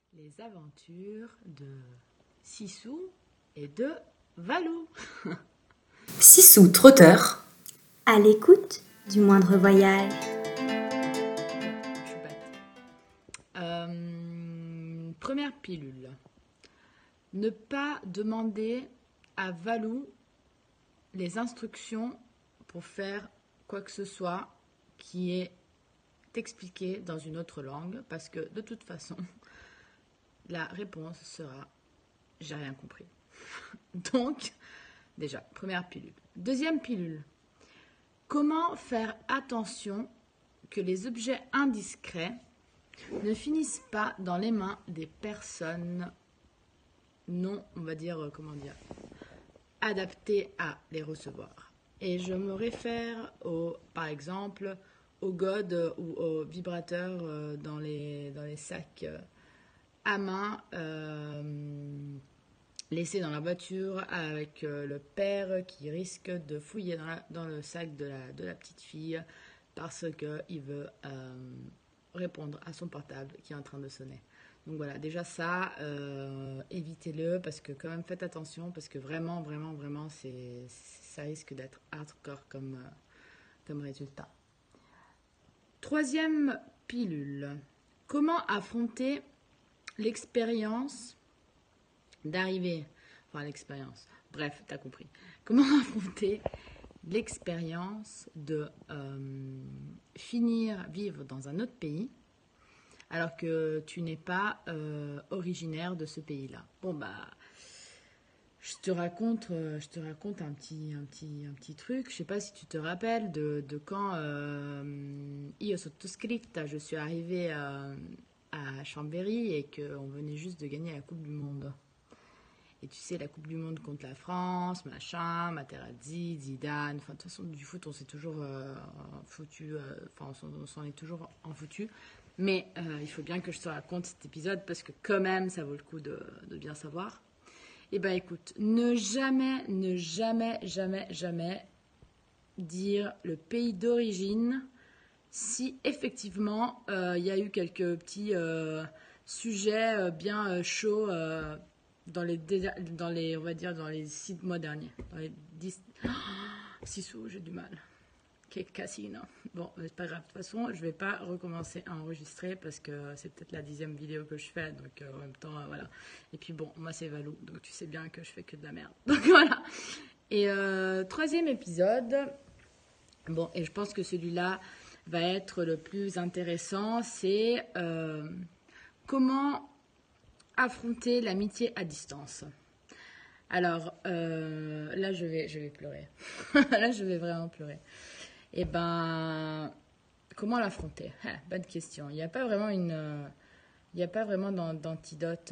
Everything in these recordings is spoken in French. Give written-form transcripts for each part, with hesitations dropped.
Les aventures de Sissou et de Valou. Sissou trotteur, à l'écoute du moindre voyage. Je suis bête. Première pilule. Ne pas demander à Valou les instructions pour faire quoi que ce soit qui est expliqué dans une autre langue, parce que de toute façon, la réponse sera « j'ai rien compris ». Donc, déjà, première pilule. Deuxième pilule. Comment faire attention que les objets indiscrets ne finissent pas dans les mains des personnes non, on va dire, adaptées à les recevoir. Et je me réfère, par exemple, aux godes ou aux vibrateurs dans les sacs à main laissés dans la voiture avec le père qui risque de fouiller dans le sac de la petite fille parce qu'il veut répondre à son portable qui est en train de sonner. Donc voilà, déjà ça, évitez-le parce que quand même faites attention parce que vraiment, ça risque d'être hardcore comme résultat. Troisième pilule. Comment affronter l'expérience d'arriver, bref, t'as compris. Comment affronter l'expérience de vivre dans un autre pays alors que tu n'es pas originaire de ce pays-là. Bon bah, je te raconte un petit truc. Je sais pas si tu te rappelles de quand io sottoscritta, je suis arrivée à Chambéry et qu'on venait juste de gagner la Coupe du Monde. Et tu sais, la Coupe du Monde contre la France, machin, Materazzi, Zidane, enfin, de toute façon, du foot, on s'est toujours foutu, on s'en est toujours en foutu. Mais il faut bien que je te raconte cet épisode parce que quand même, ça vaut le coup de bien savoir. Eh ben, écoute, ne jamais dire le pays d'origine si effectivement il y a eu quelques petits sujets bien chauds dans les 6 mois derniers. Dans les 10... Sissou, j'ai du mal. Quel casino. Bon, c'est pas grave. De toute façon, je vais pas recommencer à enregistrer parce que c'est peut-être la 10e vidéo que je fais. Donc, en même temps, voilà. Et puis bon, moi, c'est Valou. Donc, tu sais bien que je fais que de la merde. Donc, voilà. Et troisième épisode. Bon, et je pense que celui-là va être le plus intéressant. C'est comment affronter l'amitié à distance. Alors, là, je vais pleurer. Là, je vais vraiment pleurer. Eh ben, comment l'affronter? Bonne question. Il n'y a pas vraiment d'antidote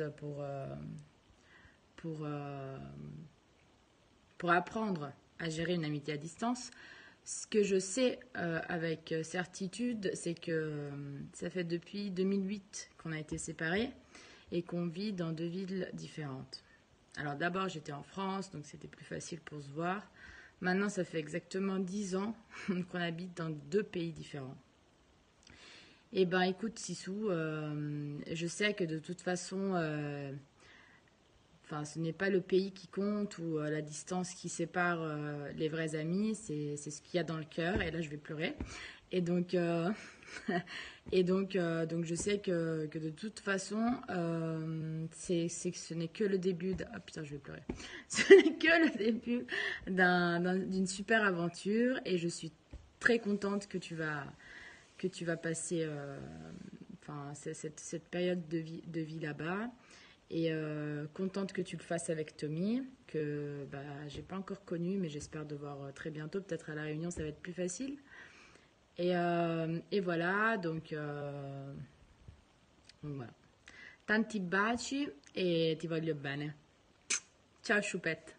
pour apprendre à gérer une amitié à distance. Ce que je sais avec certitude, c'est que ça fait depuis 2008 qu'on a été séparés et qu'on vit dans 2 villes différentes. Alors d'abord, j'étais en France, donc c'était plus facile pour se voir. Maintenant, ça fait exactement 10 ans qu'on habite dans 2 pays différents. Eh ben, écoute, Sissou, je sais que de toute façon, ce n'est pas le pays qui compte ou la distance qui sépare les vrais amis, c'est ce qu'il y a dans le cœur. Et là, je vais pleurer. Et donc, je sais que de toute façon, ce n'est que le début. Ah putain, je vais pleurer. Ce n'est que le début d'une super aventure, et je suis très contente que tu vas passer, cette période de vie là-bas. Et contente que tu le fasses avec Tommy, que j'ai pas encore connu, mais j'espère de voir très bientôt. Peut-être à La Réunion, ça va être plus facile. Et voilà, donc voilà. Tanti baci e ti voglio bene. Ciao choupette.